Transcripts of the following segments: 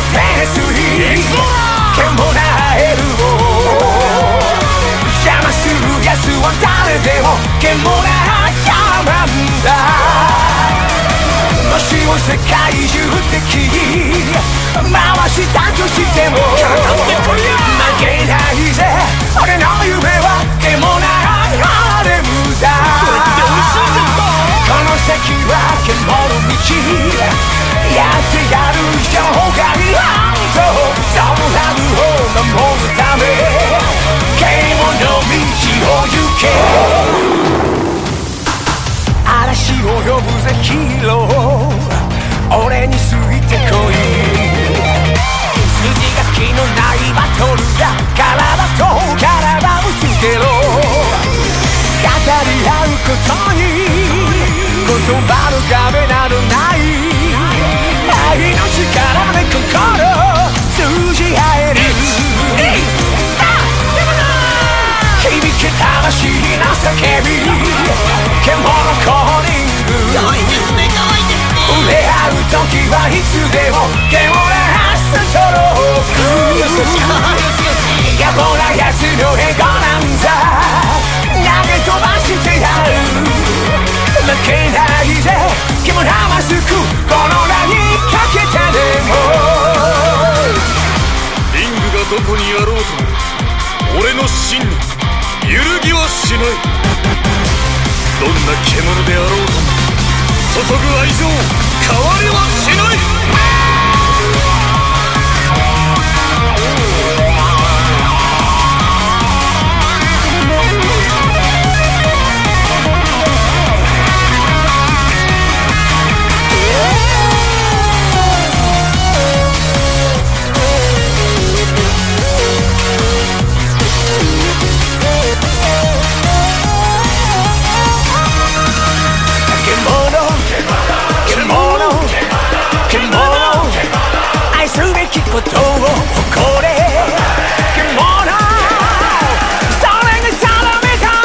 手すり獣エルボー邪魔する奴は誰でも獣邪魔んだもしも世界中敵回したとしても負けないぜ俺の夢は獣ハレムだこの先は獣道やってやるよ他にあんとそのラブを守るため獣道を行け嵐を呼ぶぜヒーロー俺についてこい筋書きのないバトルだ体と体をつけろ語り合うことに言葉の壁などない愛の力で心通じ合える響け魂の叫び獣コーニング触れ合う時はいつでも獣ストローク野暮な奴のエゴなんざ投げ飛ばしてやる負けないぜ獣マスクこの名にかけてでもリングがどこにあろうとも俺の真の揺るぎはしないどんな獣であろうとも注ぐ愛情変わりはしないことを誇れ獣それが定めた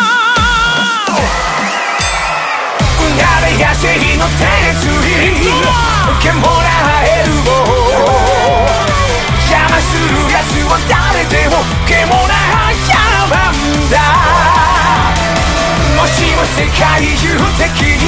うなれやせいの手つり獣エルボー邪魔する奴は誰でも獣邪魔んだもしも世界中敵